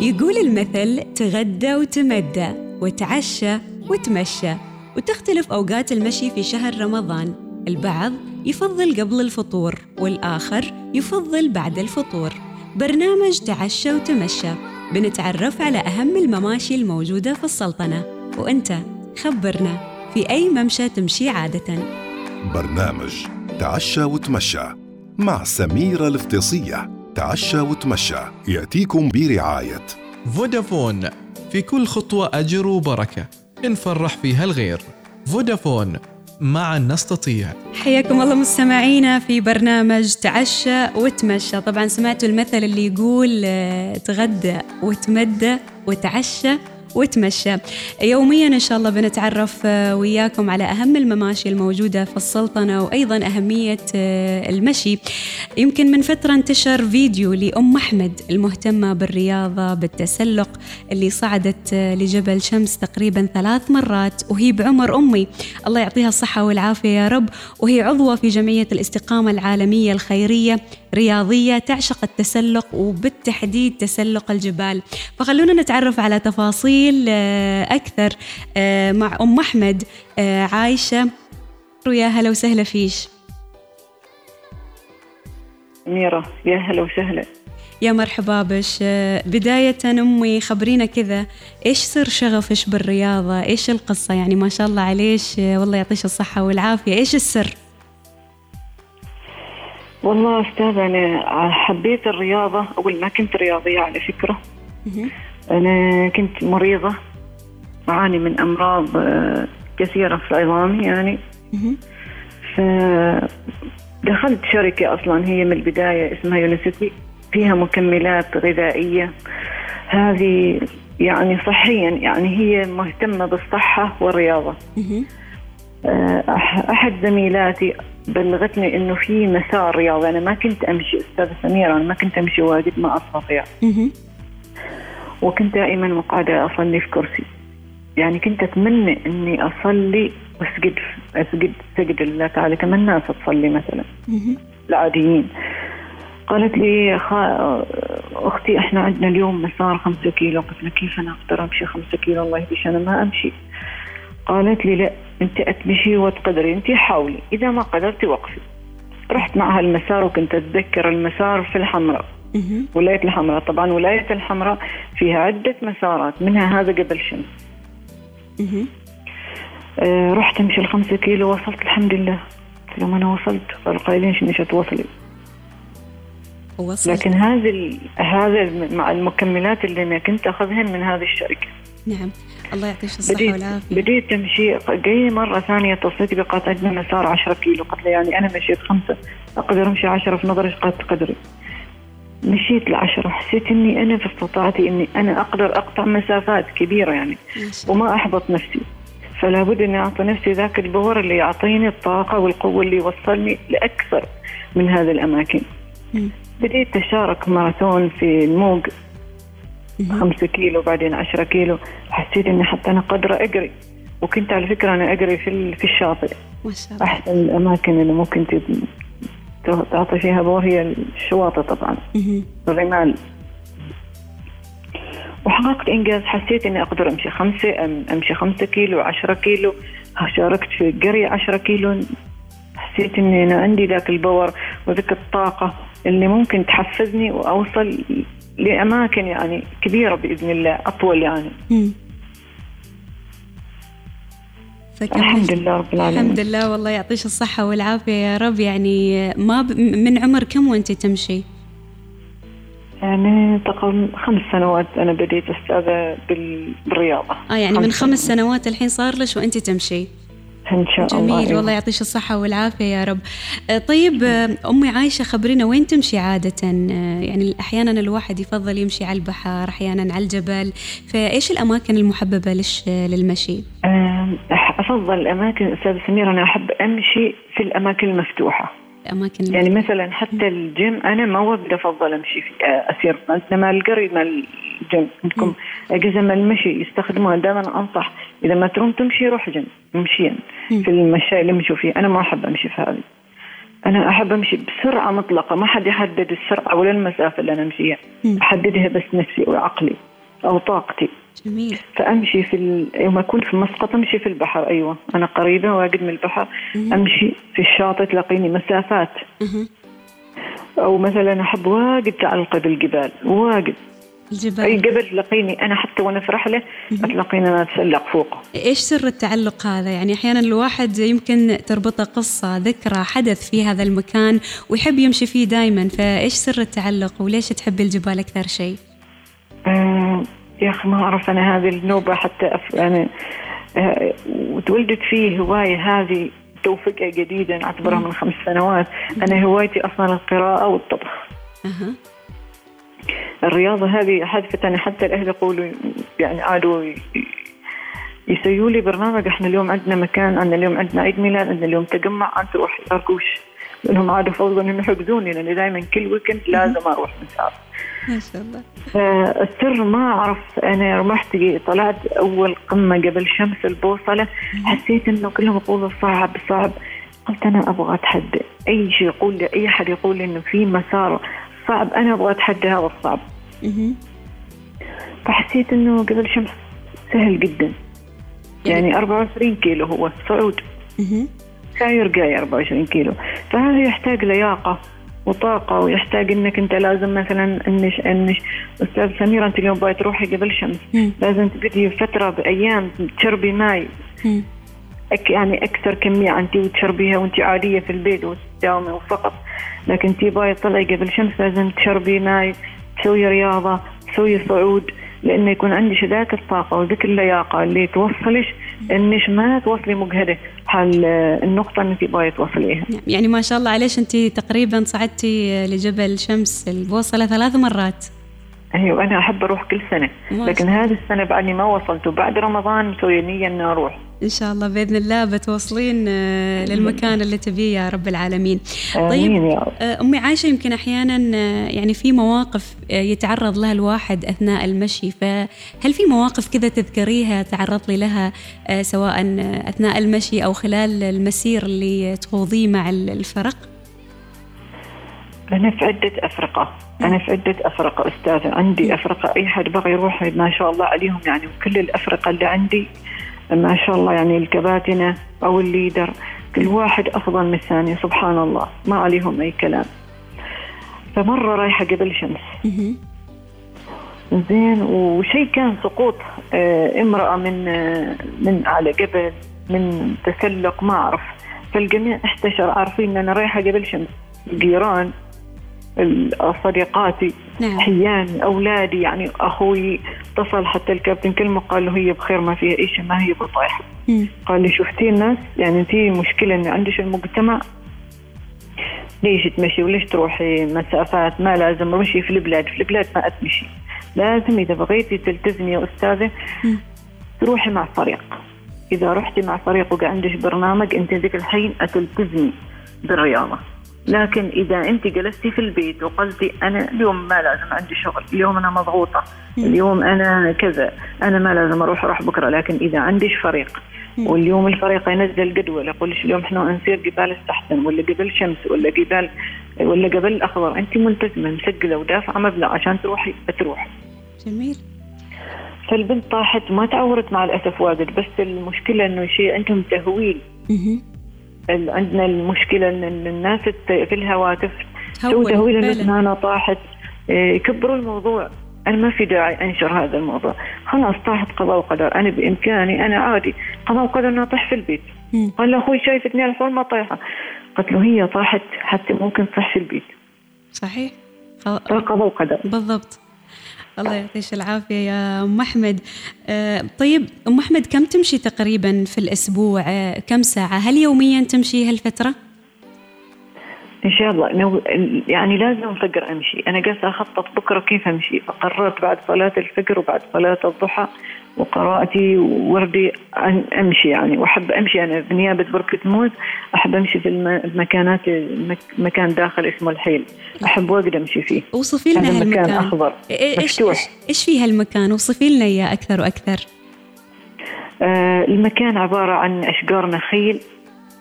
يقول المثل تغدى وتمدى وتعشى وتمشى، وتختلف أوقات المشي في شهر رمضان. البعض يفضل قبل الفطور والآخر يفضل بعد الفطور. برنامج تعشى وتمشى بنتعرف على أهم المماشي الموجودة في السلطنة، وأنت خبرنا في أي ممشى تمشي عادة. برنامج تعشى وتمشى مع سميرة الفطيصية. تعشى وتمشى يأتيكم برعاية فودافون، في كل خطوة أجر وبركة نفرح فيها الغير. فودافون، معا نستطيع. حياكم الله مستمعينا في برنامج تعشى وتمشى. طبعا سمعتوا المثل اللي يقول تغدى وتمدى وتعشى وتمشى. يوميا إن شاء الله بنتعرف وياكم على أهم المماشي الموجودة في السلطنة، وأيضا أهمية المشي. يمكن من فترة انتشر فيديو لأم أحمد المهتمة بالرياضة بالتسلق، اللي صعدت لجبل شمس تقريبا 3 مرات وهي بعمر أمي، الله يعطيها الصحة والعافية يا رب، وهي عضوة في جمعية الاستقامة العالمية الخيرية، رياضية تعشق التسلق وبالتحديد تسلق الجبال. فخلونا نتعرف على تفاصيل أكثر مع أم أحمد. عايشة، يا هلا وسهلا فيش. ميرا، يا هلا وسهلا. يا مرحبا بش. بداية أمي خبرينا كذا، إيش سر شغفش بالرياضة؟ إيش القصة؟ يعني ما شاء الله عليش، والله يعطيش الصحة والعافية. إيش السر؟ والله أستاذ، أنا حبيت الرياضة أول ما كنت رياضية على فكرة. أنا كنت مريضة، أعاني من أمراض كثيرة في عظامي يعني. فدخلت شركة أصلا هي من البداية اسمها يونيسيتي، فيها مكملات غذائية هذه يعني صحيا، يعني هي مهتمة بالصحة والرياضة. أحد زميلاتي بلغتني إنه في مسار رياضي. أنا ما كنت أمشي أستاذة سميرة، أنا ما كنت أمشي واجد، ما أستطيع، وكنت دائما مقعدة أصلي في كرسي. يعني كنت أتمنى إني أصلي وأسجد سجد لله تعالى كما الناس تصلي مثلا العاديين. قالت لي أختي إحنا عندنا اليوم مسار 5 كيلو. قلت لها كيف أنا أقدر أمشي 5 كيلو؟ الله يهديش، أنا ما أمشي. قالت لي لا، أنت أتمشي وتقدري، أنت حاولي، إذا ما قدرتي وقفي. رحت معها المسار، وكنت أتذكر المسار في الحمراء، ولاية الحمراء. طبعا ولاية الحمراء فيها عدة مسارات، منها هذا جبل شمس. رحت أمشي 5 كيلو، وصلت الحمد لله. قلت لهم أنا وصلت. قالوا قايلين شو مش توصلي. لكن هذا مع المكملات اللي ما كنت أخذهن من هذه الشركة. نعم، الله يعطيش الصحة والعافية. بديت تمشي. جاي مرة ثانية اتصلت بي، قالت عندنا مسار 10 كيلو. قلت لها يعني أنا مشيت 5، أقدر أمشي 10 في نظرك؟ قالت تقدري. مشيت 10، حسيت إني أنا في استطاعتي إني أنا أقدر أقطع مسافات كبيرة يعني، وما أحبط نفسي. فلا بد إني أعطي نفسي ذاك البور اللي يعطيني الطاقة والقوة اللي يوصلني لأكثر من هذه الأماكن. بديت أشارك ماراثون في الموج 5 كيلو، بعدين 10 كيلو. حسيت إني حتى أنا قادرة أجري. وكنت على فكرة أنا أجري في الشاطئ. ما شاء الله. أحسن الأماكن اللي ممكن تعطي فيها بور هي الشواطئ طبعا، الرمال. وحققت إنجاز. حسيت إني أقدر أمشي 5 كيلو 10 كيلو. شاركت في الجري 10 كيلو. حسيت إني أنا عندي ذاك البور وذاك الطاقة اللي ممكن تحفزني وأوصل لأماكن يعني كبيرة بإذن الله، أطول يعني. الحمد لله رب العالمين. الحمد لله، والله يعطيش الصحة والعافية يا رب. يعني من عمر كم وانت تمشي؟ يعني تقريبا 5 سنوات أنا بديت أستاذة بالرياضة. يعني من 5 سنوات الحين صار لش وانت تمشي. إن شاء الله. جميل، والله يعطيش الصحة والعافية يا رب. طيب أمي عايشة، خبرينا وين تمشي عادة؟ يعني أحيانا الواحد يفضل يمشي على البحر، أحيانا على الجبل، فإيش الأماكن المحببة للمشي؟ أفضل الأماكن أستاذ سمير، أنا أحب أمشي في الأماكن المفتوحة. يعني مثلا حتى الجيم أنا ما بدي أفضل أمشي في أسير مع القري مع الجيم. عندكم أجهزة مع المشي يستخدموها. دائما أنصح إذا ما تروم تمشي روح جيم مشيا في المشي اللي مشوا فيه. أنا ما أحب أمشي في هذه. أنا أحب أمشي بسرعة مطلقة، ما حد يحدد السرعة ولا المسافة اللي أنا أمشيها، أحددها بس نفسي وعقلي. أو طاقتي. جميل. فأمشي يوم أكون في مسقط أمشي في البحر. أيوة أنا قريبة واجد من البحر. أمشي في الشاطئ تلاقيني مسافات. أو مثلا أحب واجد تعلق بالجبال واجد. الجبال. أي جبل تلاقيني أنا حتى وأنا في رحلة أتلاقيني أنا أتسلق فوقه. إيش سر التعلق هذا؟ يعني أحيانا الواحد يمكن تربطه قصة ذكرى حدث في هذا المكان ويحب يمشي فيه دايما، فإيش سر التعلق وليش تحبي الجبال أكثر شيء؟ يا أخي ما أعرف أنا هذه النوبة حتى يعني وتولدت فيه هواية هذه توفيق جديدا أعتبرها من 5 سنوات. أنا هوايتي أصلا القراءة والطبخ. الرياضة هذه حدثت أنا حتى الأهل يقولوا يعني عادوا يسووا لي برنامج. إحنا اليوم عندنا مكان، أنا اليوم عندنا عيد ميلاد، عندنا اليوم تجمع، أنت روح أرجوش لأنهم عادوا فوضوا إنهم يحجزوني لأن دائما كل ويكند لازم أروح مسافر. ما شاء الله. السر ما أعرف. أنا رحت طلعت أول قمة جبل شمس البوصلة، حسيت إنه كلهم يقولوا صعب صعب. قلت أنا أبغى أتحدى أي شيء يقول لي، أي حد يقول لي إنه في مسار صعب أنا أبغى أتحدى هذا الصعب. فحسيت إنه جبل شمس سهل جدا. يعني 24 كيلو هو صعود، ساير جاي 24 كيلو. فهذا يحتاج لياقة وطاقة، ويحتاج إنك أنت لازم مثلا إنش أستاذ سميرة أنت اليوم باي تروحي جبل شمس لازم تبدي فترة بأيام تشربي ماء يعني أكثر كمية أنت وتشربيها وأنت عادية في البيت وتداومي وفقط. لكن أنت باي تطلعي جبل شمس لازم تشربي ماء، تسوي رياضة، تسوي صعود، لأنه يكون عندك ذاك الطاقة وذاك اللياقة اللي توصلش إنش ما توصلي مجهدة حال النقطة اللي باي توصليها. يعني ما شاء الله عليش أنت تقريبا صعدتي لجبل شمس البوصلة 3 مرات. أيوة أنا أحب أروح كل سنة، لكن هذه السنة بعدني ما وصلت، وبعد رمضان مسوي نية إني أروح إن شاء الله بإذن الله بتوصلين للمكان اللي تبيه يا رب العالمين. طيب أمي عايشة يمكن أحيانا يعني في مواقف يتعرض لها الواحد أثناء المشي، فهل في مواقف كذا تذكريها تعرض لي لها سواء أثناء المشي أو خلال المسير اللي تخوضيه مع الفرق؟ أنا في عدة أفرقة أستاذة، عندي أفرقة أي حد بغى يروح ما شاء الله عليهم يعني، وكل الأفرقة اللي عندي ما شاء الله يعني الكباتنة أو الليدر كل واحد أفضل من الثاني سبحان الله ما عليهم أي كلام. فمرة رايحة جبل شمس زين، وشيء كان سقوط امرأة من على جبل من تسلق ما أعرف، فالجميع احتشر عارفين أن أنا رايحة جبل شمس. الجيران صديقاتي حيان أولادي يعني أخوي اتصل حتى الكابتن كلمة قال له هي بخير ما فيها إيش ما هي بطايحة. قال لي شفتي الناس يعني انتي مشكلة إن عندش المجتمع ليش تمشي وليش تروحي مسافات ما لازم مشي في البلاد ما أتمشي، لازم إذا بغيتي تلتزمي يا أستاذة تروحي مع فريق. إذا رحتي مع فريق وقع عندش برنامج أنت ذيك الحين أتلتزمي بالرياضة. لكن إذا أنت جلستي في البيت وقلتي أنا اليوم ما لازم عندي شغل، اليوم أنا مضغوطة، اليوم أنا كذا، أنا ما لازم أروح بكرة. لكن إذا عنديش فريق واليوم الفريق ينزل جدول يقولش اليوم إحنا نسير جبال السحتن ولا جبل شمس ولا جبل الأخضر، أنت ملتزمة مسجلة ودافعة مبلغ عشان تروح. جميل. فالبنت طاحت ما تعورت مع الأسف واجد، بس المشكلة إنه شيء عندهم تهويل. عندنا المشكلة إن الناس في الهواتف تهويل إن أنا طاحت، يكبروا الموضوع. أنا ما في داعي أنشر هذا الموضوع، خلاص طاحت قضاء وقدر، أنا بإمكاني أنا عادي قضاء وقدر أنا أطيح في البيت. قال له أخوي شايفتني على الفول ما طايحة، قلت له هي طاحت حتى ممكن تصح في البيت. صحيح قضاء وقدر بالضبط. الله يعطيش العافية يا أم أحمد. طيب أم أحمد كم تمشي تقريبا في الأسبوع؟ كم ساعة؟ هل يوميا تمشي هالفترة؟ إن شاء الله يعني لازم أفكر أمشي. أنا قلت أخطط بكرة كيف أمشي، فقررت بعد صلاة الفجر وبعد صلاة الضحى وقراءتي ووردي أن أمشي يعني، وأحب أمشي أنا بنيابة بركة موز، أحب أمشي في المكانات مكان داخل اسمه الحيل، أحب واجد أمشي فيه. وصفي لنا هالمكان أخضر مفتوح. إيش فيه هالمكان؟ وصفي لنا إياه أكثر وأكثر. المكان عبارة عن أشجار نخيل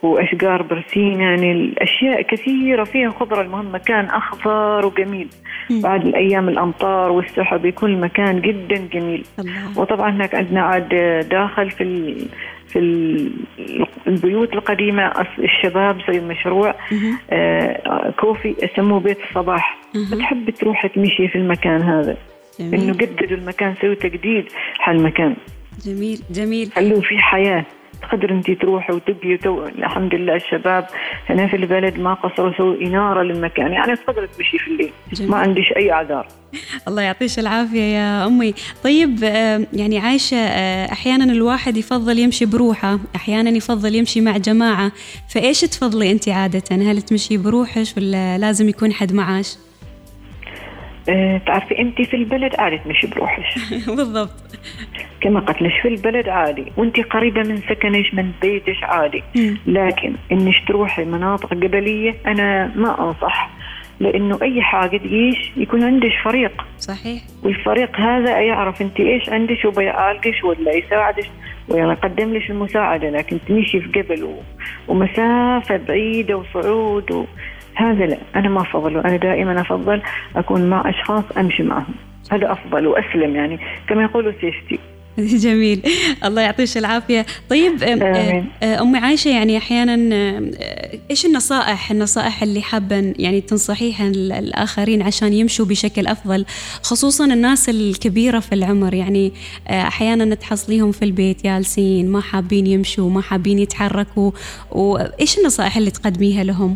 وأشجار برسيم، يعني الأشياء كثيرة فيها خضرة. المهم مكان أخضر وجميل. بعد الأيام الأمطار والسحب يكون المكان جدا جميل. وطبعا هناك عندنا عاد داخل في البيوت القديمة الشباب زي مشروع كوفي يسموه بيت الصباح. بتحب تروح تمشي في المكان هذا. إنه جددوا المكان، سووا تجديد حال المكان. جميل جميل. خلوه في حياة، تقدر انت تروحي وتبقي الحمد لله الشباب هنا في البلد ما قصروا، سووا إنارة للمكان، يعني تقدر تمشي في الليل. جميل. ما عنديش أي أعذار. الله يعطيش العافية يا أمي. طيب يعني عايشة، أحيانا الواحد يفضل يمشي بروحه، أحيانا يفضل يمشي مع جماعة، فإيش تفضلي أنت عادة؟ هل تمشي بروحش ولا لازم يكون حد معاش؟ تعرفي انت في البلد عادي تمشي بروحش. بالضبط. كما قلتلش في البلد عادي، وانت قريبة من سكنش من بيتش عادي. لكن انش تروحي مناطق قبلية انا ما انصح، لانه اي حاجة تجيش يكون عندش فريق. صحيح. والفريق هذا يعرف انت ايش عندش وبيعالجش ولا يساعدش ويقدم لش المساعدة. لكن تمشي في قبل ومسافة بعيدة وصعود هذا لا، أنا ما أفضل. أنا دائما أفضل أكون مع أشخاص أمشي معهم، هذا أفضل وأسلم، يعني كما يقولوا سيفتي. جميل، الله يعطيش العافية. طيب أمي عايشة، يعني أحيانا إيش النصائح اللي حابة يعني تنصحيها الآخرين عشان يمشوا بشكل أفضل، خصوصا الناس الكبيرة في العمر؟ يعني أحيانا تحصليهم في البيت جالسين ما حابين يمشوا ما حابين يتحركوا، وإيش النصائح اللي تقدميها لهم؟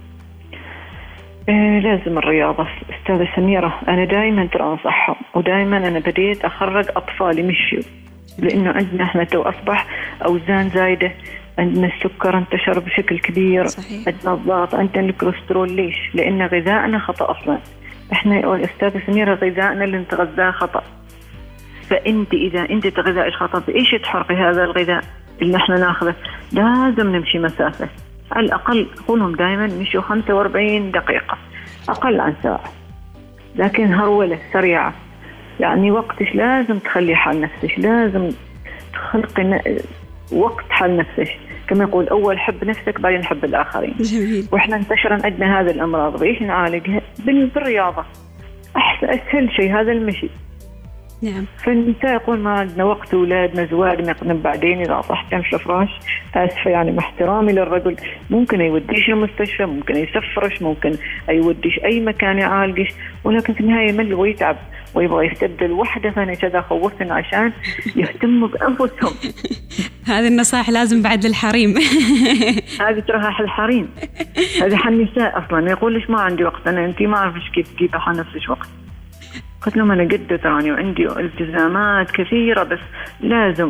لازم الرياضة أستاذة سميرة. أنا دائما ترى أنصحهم، ودائما أنا بديت أخرج أطفالي مشيوا، لأنه عندنا إحنا تو أصبح أوزان زايدة، عندنا السكر انتشر بشكل كبير. صحيح. عندنا الضغط، عندنا الكوليسترول. ليش؟ لأن غذائنا خطأ أصلا. إحنا أستاذة سميرة غذائنا اللي نتغذاه خطأ. فأنت إذا أنت تغذائك خطأ بإيش تحرقي هذا الغذاء اللي إحنا ناخذه؟ لازم نمشي مسافة على الأقل. قولهم دائما مشوا 45 دقيقة، أقل عن ساعة، لكن هرولة سريعة. يعني وقتش لازم تخلي حال نفسك، لازم تخلقي وقت حال نفسك. كما يقول أول حب نفسك بعدين حب الآخرين. جميل. وإحنا انتشر عندنا هذه الأمراض، بإيش نعالجها؟ بالرياضة. أسهل شيء هذا المشي. نعم. فالنساء يقول ما عندنا وقت، أولادنا زواج نقدم بعدين إذا طحت في الفراش. آسفة يعني مع احترامي للرجل، ممكن يوديش المستشفى، ممكن يسفرش، ممكن يوديش أي مكان يعالجش، ولكن في النهاية يمل ويتعب ويبغى يستبدل وحدة. فأنا كذا خوفنا عشان يهتموا بأنفسهم. هذه النصائح لازم بعد للحريم. هذه تراها حل الحريم، هذه حل النساء أصلا. ما يقولش ما عندي وقت، أنا أنتي ما أعرفش كيف تجيب حل نفسك وقت. قلت لهم أنا قد تراني وعندي التزامات كثيرة، بس لازم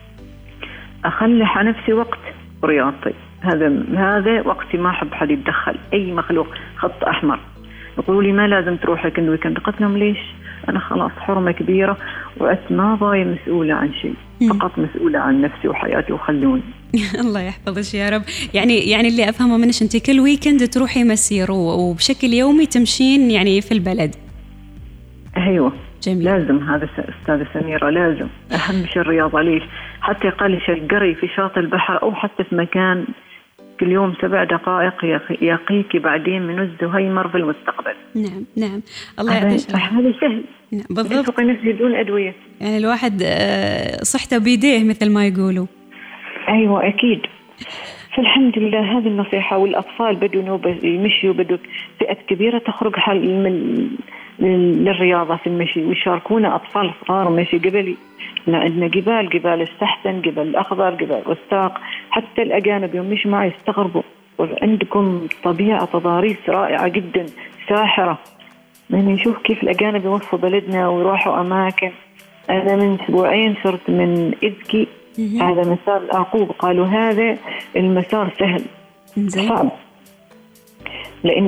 أخلي على نفسي وقت رياضتي. هذا وقتي، ما أحب حد يتدخل، أي مخلوق خط أحمر. يقولوا لي ما لازم تروح كل ويكند. قلت لهم ليش؟ أنا خلاص حرمة كبيرة ما باي مسؤولة عن شيء، فقط مسؤولة عن نفسي وحياتي وخلوني. الله يحفظك يا رب. يعني اللي أفهمه منش أنت كل ويكند تروحي مسير وبشكل يومي تمشين يعني في البلد. أيوة. جميل. لازم هذا أستاذة سميرة، لازم أهم شيء الرياضة. ليش؟ حتى يقلش القري في شاطئ البحر أو حتى في مكان كل يوم 7 دقائق يقيك بعدين من الزهايمر في المستقبل. نعم نعم، الله يعطيك. هذا سهل. نعم بالضبط. يسوق نفسه بدون أدوية، يعني الواحد صحته بيديه مثل ما يقولوا. أيوة أكيد. فالحمد لله هذه النصيحة. والأطفال بدوا يمشوا، بدوا فئة كبيرة تخرج للرياضة في المشي، ويشاركونا أطفال صغار مشي قبلي. عندنا جبال السحسن، جبل الأخضر، جبل وستاق. حتى الأجانب يوم مش معي يستغربوا، عندكم طبيعة تضاريس رائعة جدا ساحرة. من يشوف كيف الأجانب يوصفوا بلدنا ويروحوا أماكن. أنا من 2 أسبوع صرت من إذكي، هذا مسار العقوب. قالوا هذا المسار سهل، صعب، لأنه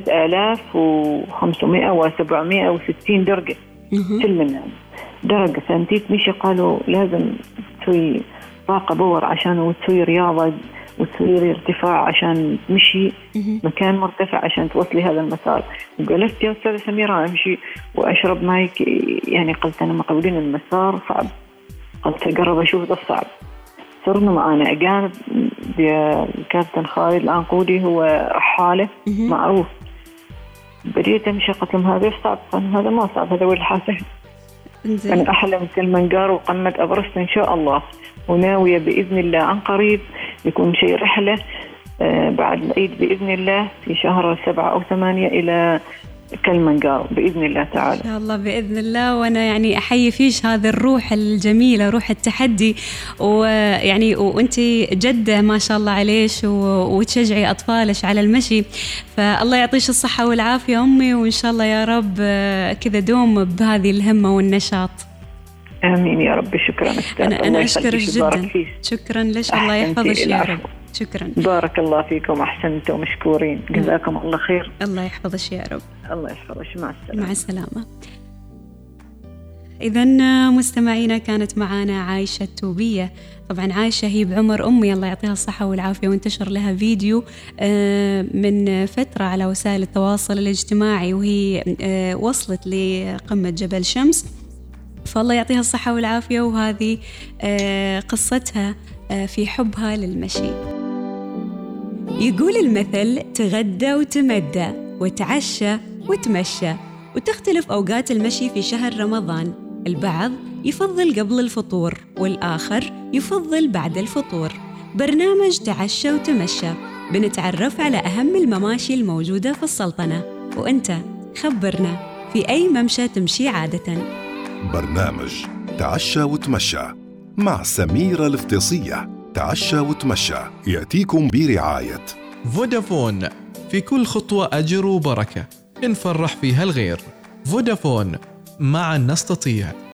3500 و760 درجة سلم درجة. فانتي تمشي، قالوا لازم تسوي طاقة باور عشان تسوي رياضة وتسوي ارتفاع عشان تمشي مكان مرتفع عشان توصلي هذا المسار. وقلت يا أستاذة سميرة أمشي وأشرب ماي، يعني قلت أنا مقولين المسار صعب، قلت أقرب أشوف ده صعب. صرنا معنا أجانب. الكابتن خالد العنقودي هو رحالة معروف. بديت أمشي قلت لهم هذا صعب، هذا ما صعب، هذا ولد حاسه. أنا أحلم كلمنجارو وقمة أفرست إن شاء الله، وناوية بإذن الله عن قريب يكون شيء رحلة بعد العيد بإذن الله في شهر 7 أو 8 إلى كلمنجارو بإذن الله تعالى. إن شاء الله بإذن الله. وأنا يعني أحيي فيش هذه الروح الجميلة، روح التحدي، ويعني وأنت جدة ما شاء الله عليش، وتشجعي أطفالش على المشي. فالله يعطيش الصحة والعافية أمي، وإن شاء الله يا رب كذا دوم بهذه الهمة والنشاط. آمين يا رب. شكرا. أنا أشكرك جدا. شكرا لك، الله يحفظك يا رب. شكرا، بارك الله فيكم، أحسنتم ومشكورين، جزاكم الله خير. الله يحفظك يا رب. الله يحفظك. مع السلامة. مع السلامة. إذن مستمعينا كانت معنا عايشة التوبية. طبعا عايشة هي بعمر أمي الله يعطيها الصحة والعافية، وانتشر لها فيديو من فترة على وسائل التواصل الاجتماعي وهي وصلت لقمة جبل شمس، فالله يعطيها الصحة والعافية. وهذه قصتها في حبها للمشي. يقول المثل تغدى وتمدى وتعشى وتمشى. وتختلف أوقات المشي في شهر رمضان، البعض يفضل قبل الفطور والآخر يفضل بعد الفطور. برنامج تعشى وتمشى بنتعرف على أهم المماشي الموجودة في السلطنة، وأنت خبرنا في أي ممشى تمشي عادة. برنامج تعشى وتمشى مع سميرة الفطيصية. تعشى وتمشى يأتيكم برعاية فودافون، في كل خطوة أجر وبركة، نفرح فيها الغير. فودافون، معا نستطيع.